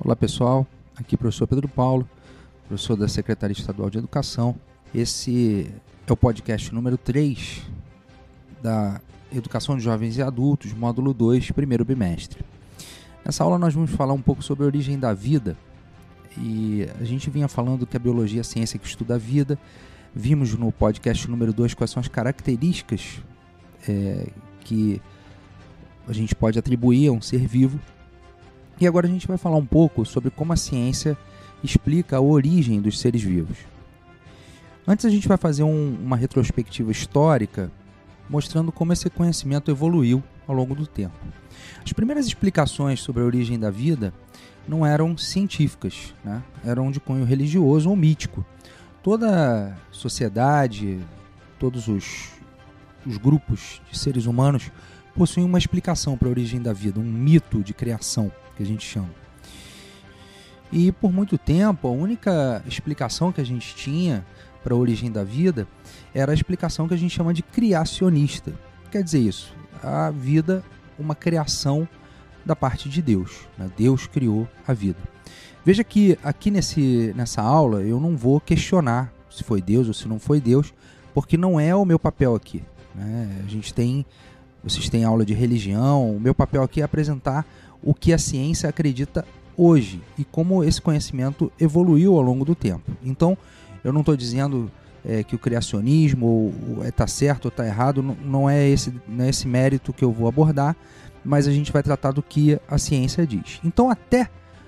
Olá pessoal, aqui é o professor Pedro Paulo, professor da Secretaria Estadual de Educação. Esse é o podcast número 3 da Educação de Jovens e Adultos, módulo 2, primeiro bimestre. Nessa aula nós vamos falar um pouco sobre a origem da vida e a gente vinha falando que a biologia é a ciência que estuda a vida. Vimos no podcast número 2 quais são as características que a gente pode atribuir a um ser vivo. E agora a gente vai falar um pouco sobre como a ciência explica a origem dos seres vivos. Antes a gente vai fazer uma retrospectiva histórica mostrando como esse conhecimento evoluiu ao longo do tempo. As primeiras explicações sobre a origem da vida não eram científicas, né? Eram de cunho religioso ou mítico. Toda sociedade, todos os grupos de seres humanos possuem uma explicação para a origem da vida, um mito de criação, que a gente chama. E por muito tempo, a única explicação que a gente tinha para a origem da vida era a explicação que a gente chama de criacionista. Quer dizer isso, a vida, uma criação da parte de Deus, né? Deus criou a vida. Veja que aqui nessa aula eu não vou questionar se foi Deus ou se não foi Deus, porque não é o meu papel aqui, né? Vocês têm aula de religião, o meu papel aqui é apresentar o que a ciência acredita hoje e como esse conhecimento evoluiu ao longo do tempo. Então, eu não estou dizendo que o criacionismo está certo ou está errado, não é esse mérito que eu vou abordar, mas a gente vai tratar do que a ciência diz. Então, até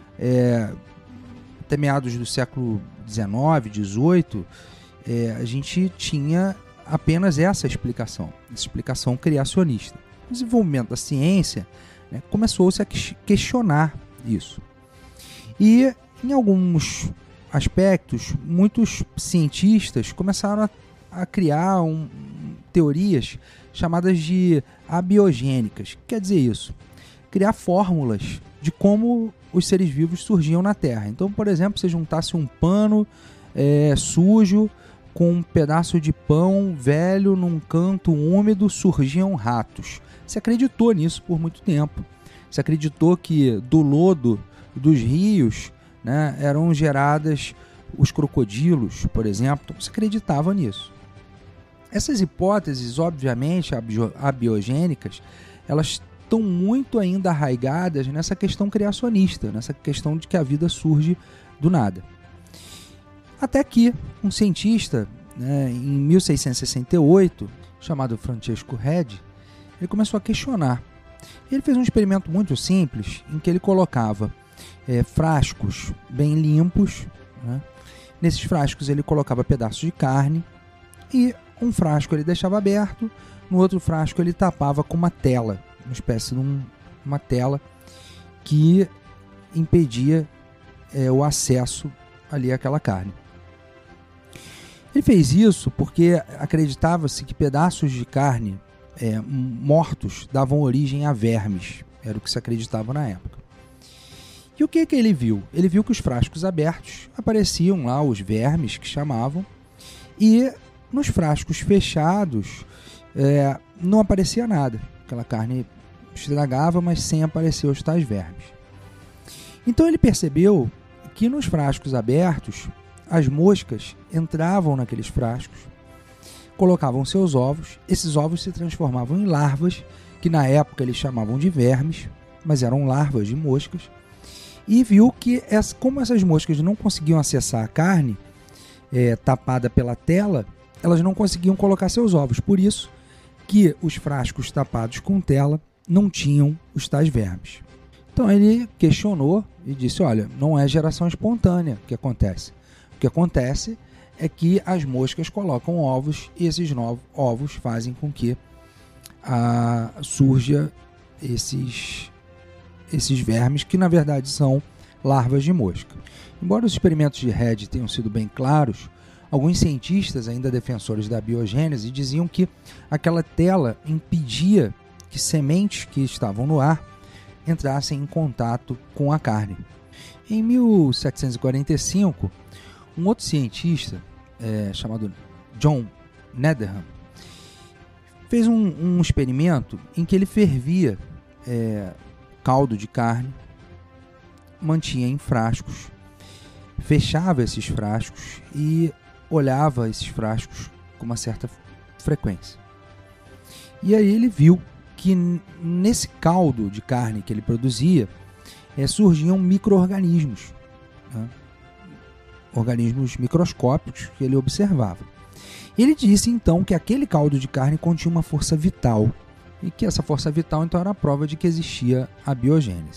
meados do século XIX, XVIII, a gente tinha apenas essa explicação criacionista. O desenvolvimento da ciência, né, começou-se a questionar isso. E em alguns aspectos, muitos cientistas começaram a criar teorias chamadas de abiogênicas. Quer dizer isso? Criar fórmulas de como os seres vivos surgiam na Terra. Então, por exemplo, se juntasse um pano sujo com um pedaço de pão velho num canto úmido, surgiam ratos. Se acreditou nisso por muito tempo. Se acreditou que do lodo dos rios, né, eram geradas os crocodilos, por exemplo. Então, se acreditava nisso. Essas hipóteses, obviamente, abiogênicas, elas estão muito ainda arraigadas nessa questão criacionista, nessa questão de que a vida surge do nada. Até que um cientista, né, em 1668, chamado Francesco Redi, ele começou a questionar. Ele fez um experimento muito simples, em que ele colocava frascos bem limpos, né? Nesses frascos ele colocava pedaços de carne e um frasco ele deixava aberto, no outro frasco ele tapava com uma tela, uma espécie de uma tela que impedia o acesso ali àquela carne. Ele fez isso porque acreditava-se que pedaços de carne mortos davam origem a vermes. Era o que se acreditava na época. E o que ele viu? Ele viu que os frascos abertos apareciam lá os vermes que chamavam, e nos frascos fechados não aparecia nada. Aquela carne estragava, mas sem aparecer os tais vermes. Então ele percebeu que nos frascos abertos as moscas entravam naqueles frascos, colocavam seus ovos, esses ovos se transformavam em larvas, que na época eles chamavam de vermes, mas eram larvas de moscas, e viu que como essas moscas não conseguiam acessar a carne tapada pela tela, elas não conseguiam colocar seus ovos, por isso que os frascos tapados com tela não tinham os tais vermes. Então ele questionou e disse, olha, não é geração espontânea que acontece. O que acontece é que as moscas colocam ovos e esses ovos fazem com que surja esses vermes que na verdade são larvas de mosca. Embora os experimentos de Redi tenham sido bem claros, alguns cientistas, ainda defensores da biogênese, diziam que aquela tela impedia que sementes que estavam no ar entrassem em contato com a carne. Em 1745, um outro cientista chamado John Needham fez um experimento em que ele fervia caldo de carne mantinha em frascos, fechava esses frascos e olhava esses frascos com uma certa frequência. E aí ele viu que nesse caldo de carne que ele produzia surgiam micro-organismos, né? Organismos microscópicos que ele observava. Ele disse então que aquele caldo de carne continha uma força vital e que essa força vital então era a prova de que existia a biogênese.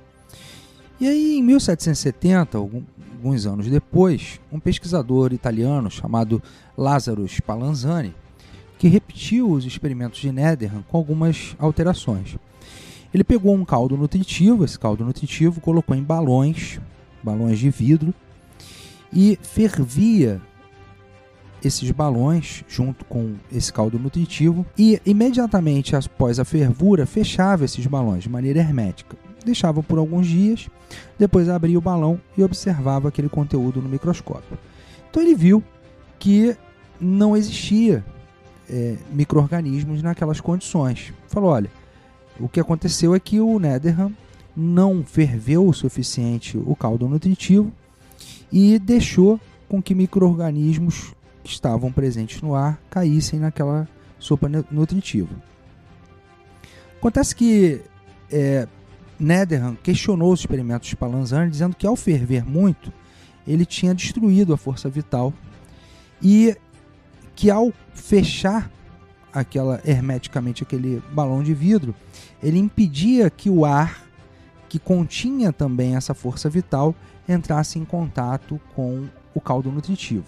E aí em 1770, alguns anos depois, um pesquisador italiano chamado Lazzaro Spallanzani, que repetiu os experimentos de Netherham com algumas alterações. Ele pegou um caldo nutritivo, esse caldo nutritivo colocou em balões de vidro, e fervia esses balões junto com esse caldo nutritivo e imediatamente após a fervura fechava esses balões de maneira hermética. Deixava por alguns dias, depois abria o balão e observava aquele conteúdo no microscópio. Então ele viu que não existia micro-organismos naquelas condições. Falou, olha, o que aconteceu é que o Netherham não ferveu o suficiente o caldo nutritivo e deixou com que micro-organismos que estavam presentes no ar caíssem naquela sopa nutritiva. Acontece que Netherham questionou os experimentos de Spallanzani, dizendo que ao ferver muito, ele tinha destruído a força vital e que ao fechar hermeticamente aquele balão de vidro, ele impedia que o ar, que continha também essa força vital, entrasse em contato com o caldo nutritivo.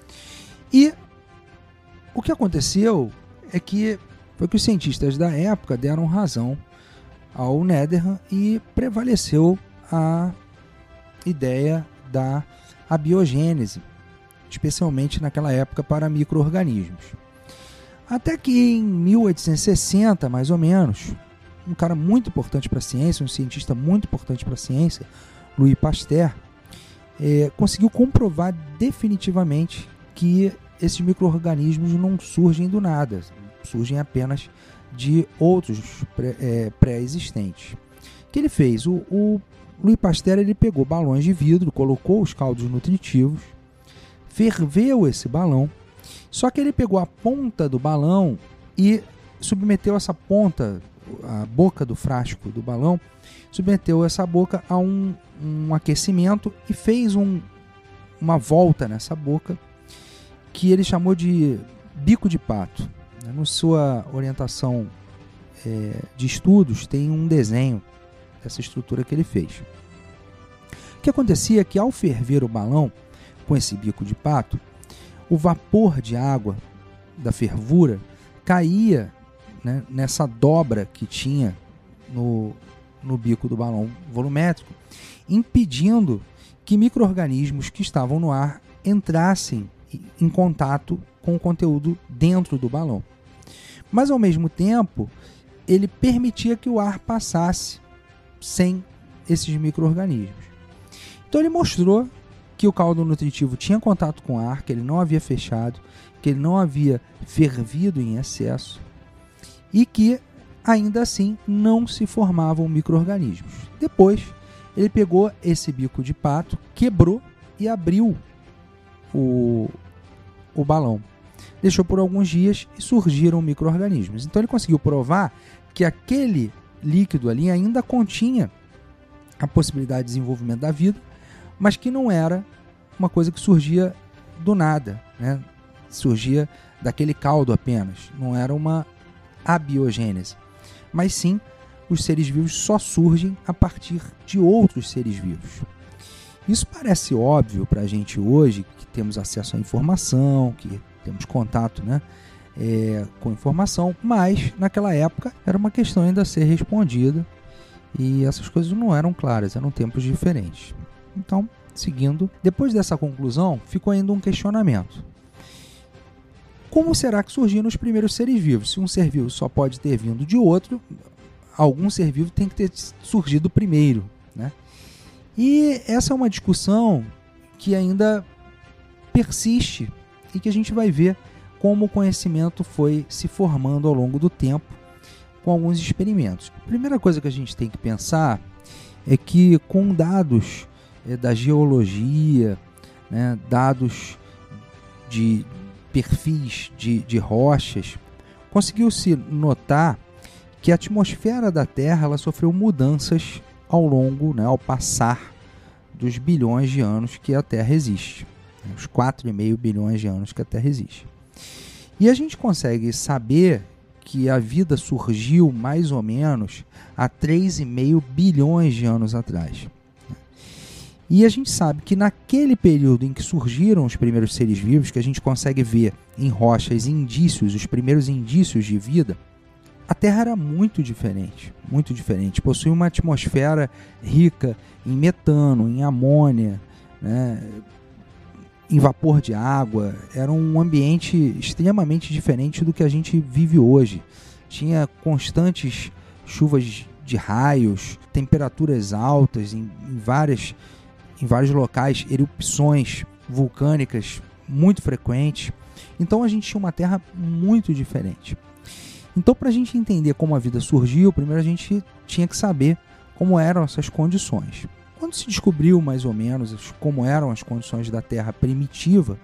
E o que aconteceu é que foi que os cientistas da época deram razão ao Netherham e prevaleceu a ideia da abiogênese, especialmente naquela época para micro-organismos. Até que em 1860, mais ou menos, um cara muito importante para a ciência, um cientista muito importante para a ciência, Louis Pasteur, conseguiu comprovar definitivamente que esses micro-organismos não surgem do nada, surgem apenas de outros pré-existentes. O que ele fez? O Louis Pasteur ele pegou balões de vidro, colocou os caldos nutritivos, ferveu esse balão, só que ele pegou a ponta do balão e submeteu essa ponta, a boca do frasco do balão, submeteu essa boca a um aquecimento e fez uma volta nessa boca que ele chamou de bico de pato. Na sua orientação de estudos tem um desenho dessa estrutura que ele fez. O que acontecia é que ao ferver o balão com esse bico de pato, o vapor de água da fervura caía, né, nessa dobra que tinha no bico do balão volumétrico, impedindo que micro-organismos que estavam no ar entrassem em contato com o conteúdo dentro do balão. Mas, ao mesmo tempo, ele permitia que o ar passasse sem esses micro-organismos. Então, ele mostrou que o caldo nutritivo tinha contato com o ar, que ele não havia fechado, que ele não havia fervido em excesso e que, ainda assim, não se formavam micro-organismos. Depois, ele pegou esse bico de pato, quebrou e abriu o balão. Deixou por alguns dias e surgiram micro-organismos. Então, ele conseguiu provar que aquele líquido ali ainda continha a possibilidade de desenvolvimento da vida, mas que não era uma coisa que surgia do nada, né? Surgia daquele caldo apenas, não era uma abiogênese, mas sim os seres vivos só surgem a partir de outros seres vivos. Isso parece óbvio para a gente hoje, que temos acesso à informação, que temos contato, né, com informação, mas naquela época era uma questão ainda a ser respondida e essas coisas não eram claras, eram tempos diferentes. Então, seguindo, depois dessa conclusão, ficou ainda um questionamento. Como será que surgiram os primeiros seres vivos? Se um ser vivo só pode ter vindo de outro, algum ser vivo tem que ter surgido primeiro, né? E essa é uma discussão que ainda persiste e que a gente vai ver como o conhecimento foi se formando ao longo do tempo com alguns experimentos. A primeira coisa que a gente tem que pensar é que com dados da geologia, né, dados de perfis de rochas, conseguiu-se notar que a atmosfera da Terra ela sofreu mudanças ao longo, né, ao passar dos bilhões de anos que a Terra existe, né, os 4,5 bilhões de anos que a Terra existe. E a gente consegue saber que a vida surgiu mais ou menos há 3,5 bilhões de anos atrás. E a gente sabe que naquele período em que surgiram os primeiros seres vivos, que a gente consegue ver em rochas indícios, os primeiros indícios de vida, a Terra era muito diferente, muito diferente. Possuía uma atmosfera rica em metano, em amônia, né, em vapor de água. Era um ambiente extremamente diferente do que a gente vive hoje. Tinha constantes chuvas de raios, temperaturas altas em vários locais, erupções vulcânicas muito frequentes. Então a gente tinha uma Terra muito diferente. Então, para a gente entender como a vida surgiu, primeiro a gente tinha que saber como eram essas condições. Quando se descobriu mais ou menos como eram as condições da Terra primitiva,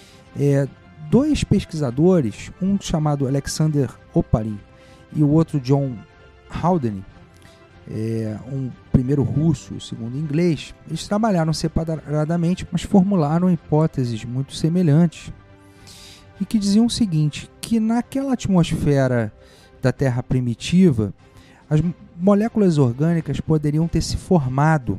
dois pesquisadores, um chamado Alexander Oparin e o outro John Haldane, um primeiro russo, o segundo inglês, eles trabalharam separadamente, mas formularam hipóteses muito semelhantes e que diziam o seguinte, que naquela atmosfera da Terra primitiva, as moléculas orgânicas poderiam ter se formado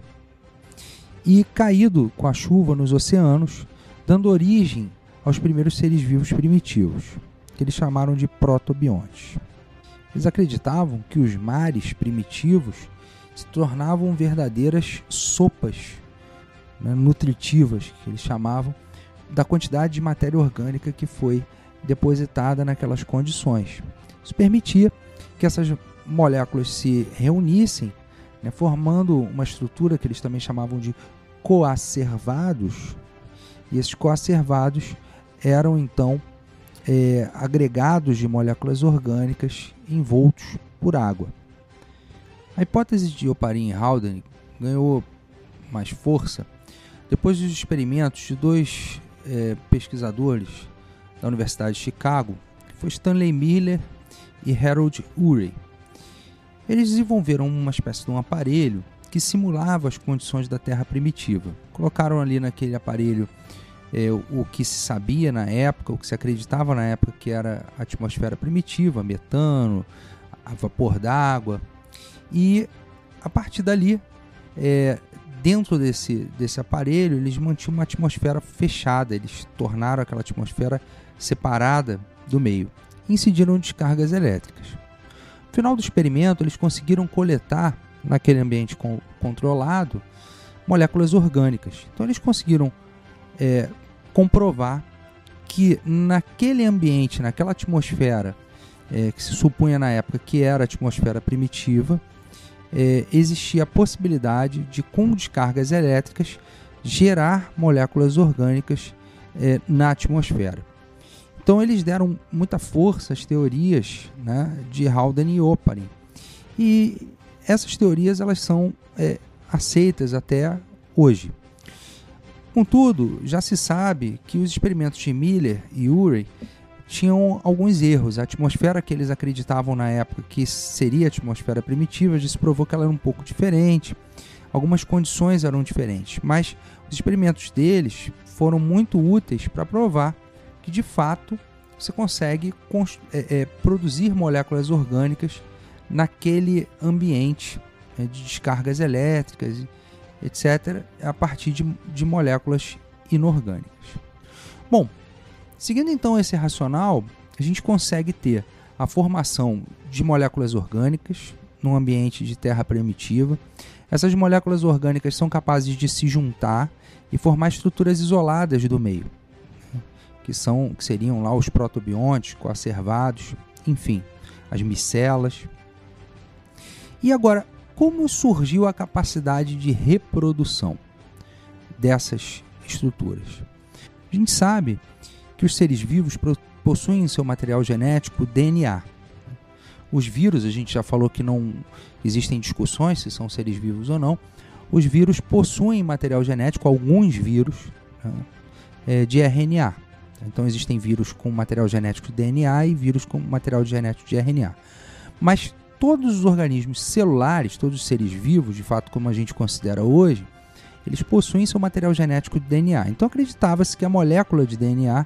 e caído com a chuva nos oceanos, dando origem aos primeiros seres vivos primitivos, que eles chamaram de protobiontes. Eles acreditavam que os mares primitivos se tornavam verdadeiras sopas, né, nutritivas, que eles chamavam, da quantidade de matéria orgânica que foi depositada naquelas condições. Isso permitia que essas moléculas se reunissem, né, formando uma estrutura que eles também chamavam de coacervados, e esses coacervados eram então agregados de moléculas orgânicas envoltos por água. A hipótese de Oparin e Haldane ganhou mais força depois dos experimentos de dois pesquisadores da Universidade de Chicago, que foi Stanley Miller e Harold Urey. Eles desenvolveram uma espécie de um aparelho que simulava as condições da Terra primitiva. Colocaram ali naquele aparelho o que se sabia na época, o que se acreditava na época que era a atmosfera primitiva, metano, a vapor d'água, e a partir dali, dentro desse aparelho, eles mantinham uma atmosfera fechada, eles tornaram aquela atmosfera separada do meio, e incidiram descargas elétricas. No final do experimento, eles conseguiram coletar, naquele ambiente controlado, moléculas orgânicas. Então, eles conseguiram comprovar que naquele ambiente, naquela atmosfera que se supunha na época que era a atmosfera primitiva, existia a possibilidade de, com descargas elétricas, gerar moléculas orgânicas na atmosfera. Então eles deram muita força às teorias, né, de Haldane e Oparin. E essas teorias elas são aceitas até hoje. Contudo, já se sabe que os experimentos de Miller e Urey tinham alguns erros. A atmosfera que eles acreditavam na época que seria a atmosfera primitiva, já se provou que ela era um pouco diferente. Algumas condições eram diferentes, mas os experimentos deles foram muito úteis para provar que, de fato, você consegue produzir moléculas orgânicas naquele ambiente de descargas elétricas, etc., a partir de moléculas inorgânicas. Bom, seguindo então esse racional, a gente consegue ter a formação de moléculas orgânicas num ambiente de terra primitiva. Essas moléculas orgânicas são capazes de se juntar e formar estruturas isoladas do meio, que seriam lá os protobiontes, coacervados, enfim, as micelas. E agora, como surgiu a capacidade de reprodução dessas estruturas? A gente sabe que os seres vivos possuem em seu material genético DNA. Os vírus, a gente já falou que não existem discussões se são seres vivos ou não. Os vírus possuem material genético, alguns vírus, né, de RNA. Então existem vírus com material genético de DNA e vírus com material genético de RNA. Mas todos os organismos celulares, todos os seres vivos, de fato como a gente considera hoje, eles possuem seu material genético de DNA. Então acreditava-se que a molécula de DNA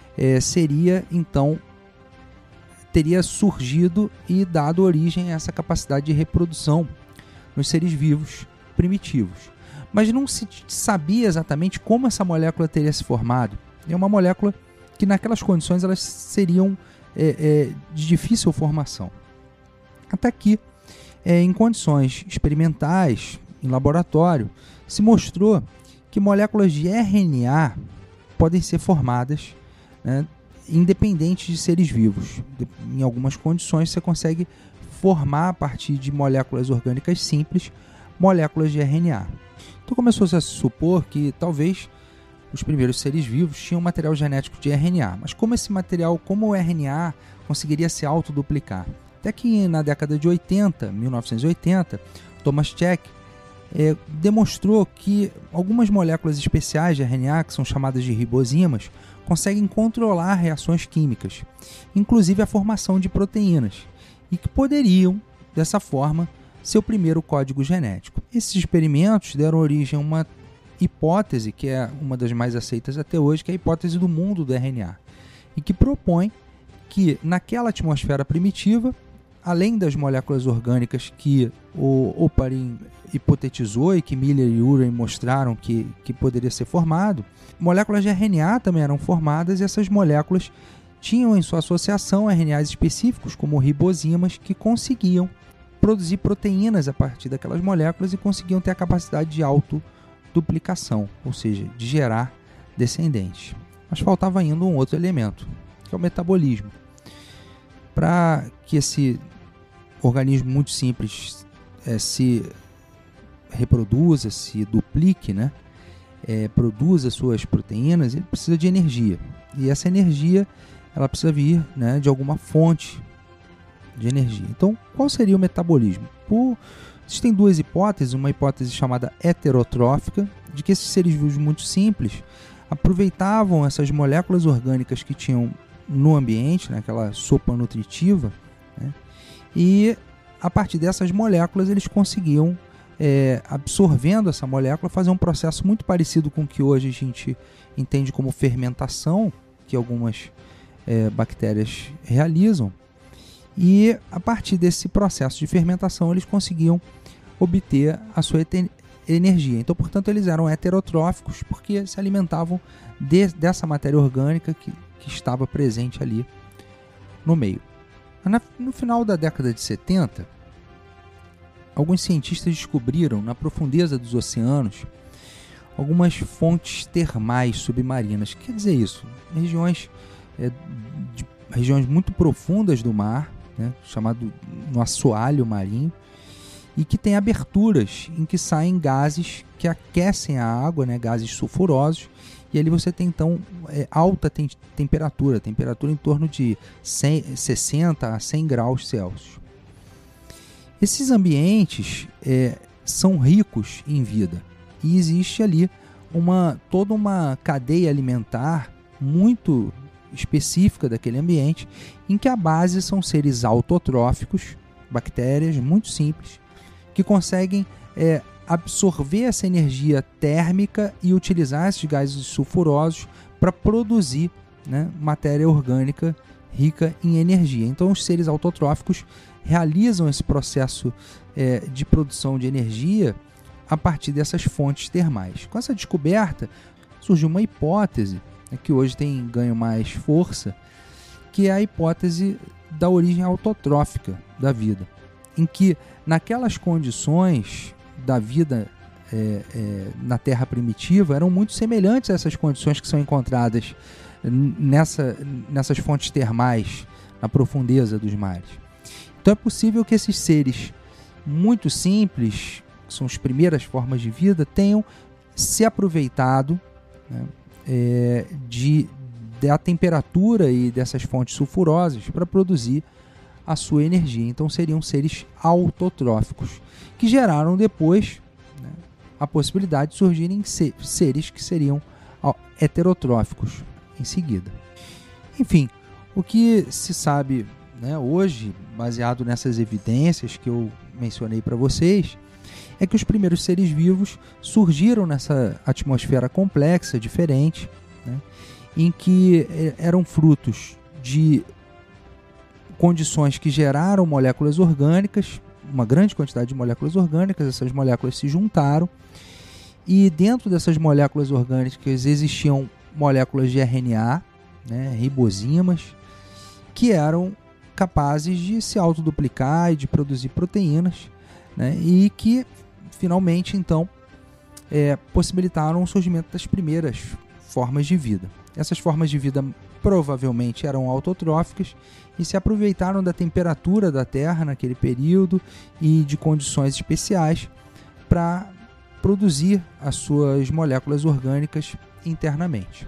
teria surgido e dado origem a essa capacidade de reprodução nos seres vivos primitivos. Mas não se sabia exatamente como essa molécula teria se formado. É uma molécula que naquelas condições elas seriam de difícil formação. Até que, em condições experimentais, em laboratório, se mostrou que moléculas de RNA podem ser formadas, né, independentes de seres vivos. Em algumas condições você consegue formar a partir de moléculas orgânicas simples, moléculas de RNA. Então começou-se a se supor que talvez os primeiros seres vivos tinham material genético de RNA, mas como o RNA conseguiria se autoduplicar? Até que na década de 1980, Thomas Cech demonstrou que algumas moléculas especiais de RNA, que são chamadas de ribozimas, conseguem controlar reações químicas, inclusive a formação de proteínas, e que poderiam, dessa forma, ser o primeiro código genético. Esses experimentos deram origem a uma hipótese, que é uma das mais aceitas até hoje, que é a hipótese do mundo do RNA, e que propõe que naquela atmosfera primitiva, além das moléculas orgânicas que o Oparin hipotetizou e que Miller e Urey mostraram que poderia ser formado, moléculas de RNA também eram formadas, e essas moléculas tinham em sua associação RNAs específicos, como ribozimas, que conseguiam produzir proteínas a partir daquelas moléculas e conseguiam ter a capacidade de autoduplicação, ou seja, de gerar descendentes. Mas faltava ainda um outro elemento, que é o metabolismo. Para que esse organismo muito simples se reproduza, se duplique, né? Produza suas proteínas, ele precisa de energia. E essa energia ela precisa vir, né, de alguma fonte de energia. Então, qual seria o metabolismo? Existem duas hipóteses, uma hipótese chamada heterotrófica, de que esses seres vivos muito simples aproveitavam essas moléculas orgânicas que tinham no ambiente, naquela sopa nutritiva, né, e a partir dessas moléculas eles conseguiam, absorvendo essa molécula, fazer um processo muito parecido com o que hoje a gente entende como fermentação, que algumas bactérias realizam, e a partir desse processo de fermentação eles conseguiam obter a sua energia. Então, portanto, eles eram heterotróficos porque se alimentavam dessa matéria orgânica que estava presente ali no meio. No final da década de 70, alguns cientistas descobriram na profundeza dos oceanos algumas fontes termais submarinas. O que quer dizer isso? Regiões muito profundas do mar, né, chamado no assoalho marinho, e que tem aberturas em que saem gases que aquecem a água, né, gases sulfurosos, e ali você tem então alta temperatura em torno de 60 a 100 graus Celsius. Esses ambientes são ricos em vida, e existe ali toda uma cadeia alimentar muito específica daquele ambiente, em que a base são seres autotróficos, bactérias muito simples, que conseguem absorver essa energia térmica e utilizar esses gases sulfurosos para produzir, né, matéria orgânica rica em energia. Então os seres autotróficos realizam esse processo de produção de energia a partir dessas fontes termais. Com essa descoberta surgiu uma hipótese, né, que hoje tem ganho mais força, que é a hipótese da origem autotrófica da vida, em que naquelas condições da vida na Terra primitiva eram muito semelhantes a essas condições que são encontradas nessas fontes termais na profundeza dos mares. Então é possível que esses seres muito simples, que são as primeiras formas de vida, tenham se aproveitado, né, da temperatura e dessas fontes sulfurosas para produzir a sua energia. Então seriam seres autotróficos, que geraram depois, né, a possibilidade de surgirem seres que seriam heterotróficos em seguida. Enfim, o que se sabe, né, hoje, baseado nessas evidências que eu mencionei para vocês, é que os primeiros seres vivos surgiram nessa atmosfera complexa, diferente, né, em que eram frutos de condições que geraram moléculas orgânicas, uma grande quantidade de moléculas orgânicas. Essas moléculas se juntaram e dentro dessas moléculas orgânicas existiam moléculas de RNA, né, ribozimas, que eram capazes de se autoduplicar e de produzir proteínas, né, e que finalmente então possibilitaram o surgimento das primeiras formas de vida. Essas formas de vida provavelmente eram autotróficas e se aproveitaram da temperatura da Terra naquele período e de condições especiais para produzir as suas moléculas orgânicas internamente.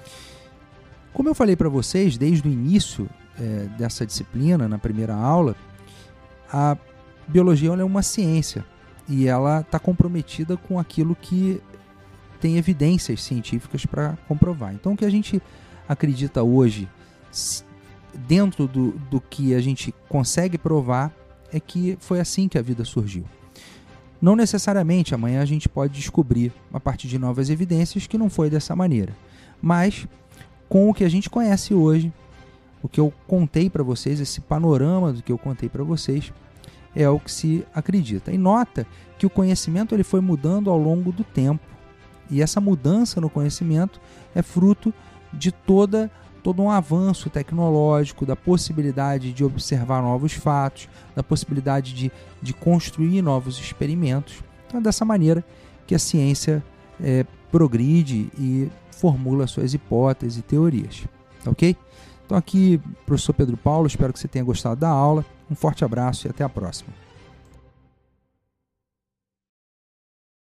Como eu falei para vocês desde o início dessa disciplina, na primeira aula, a biologia é uma ciência e ela está comprometida com aquilo que tem evidências científicas para comprovar. Então, o que a gente acredita hoje, dentro do que a gente consegue provar, é que foi assim que a vida surgiu. Não necessariamente amanhã a gente pode descobrir, a partir de novas evidências, que não foi dessa maneira. Mas, com o que a gente conhece hoje, o que eu contei para vocês, esse panorama do que eu contei para vocês, é o que se acredita. E nota que o conhecimento ele foi mudando ao longo do tempo. E essa mudança no conhecimento é fruto de todo um avanço tecnológico, da possibilidade de observar novos fatos, da possibilidade de construir novos experimentos. Então é dessa maneira que a ciência progride e formula suas hipóteses e teorias. Ok? Então aqui, professor Pedro Paulo, espero que você tenha gostado da aula. Um forte abraço e até a próxima.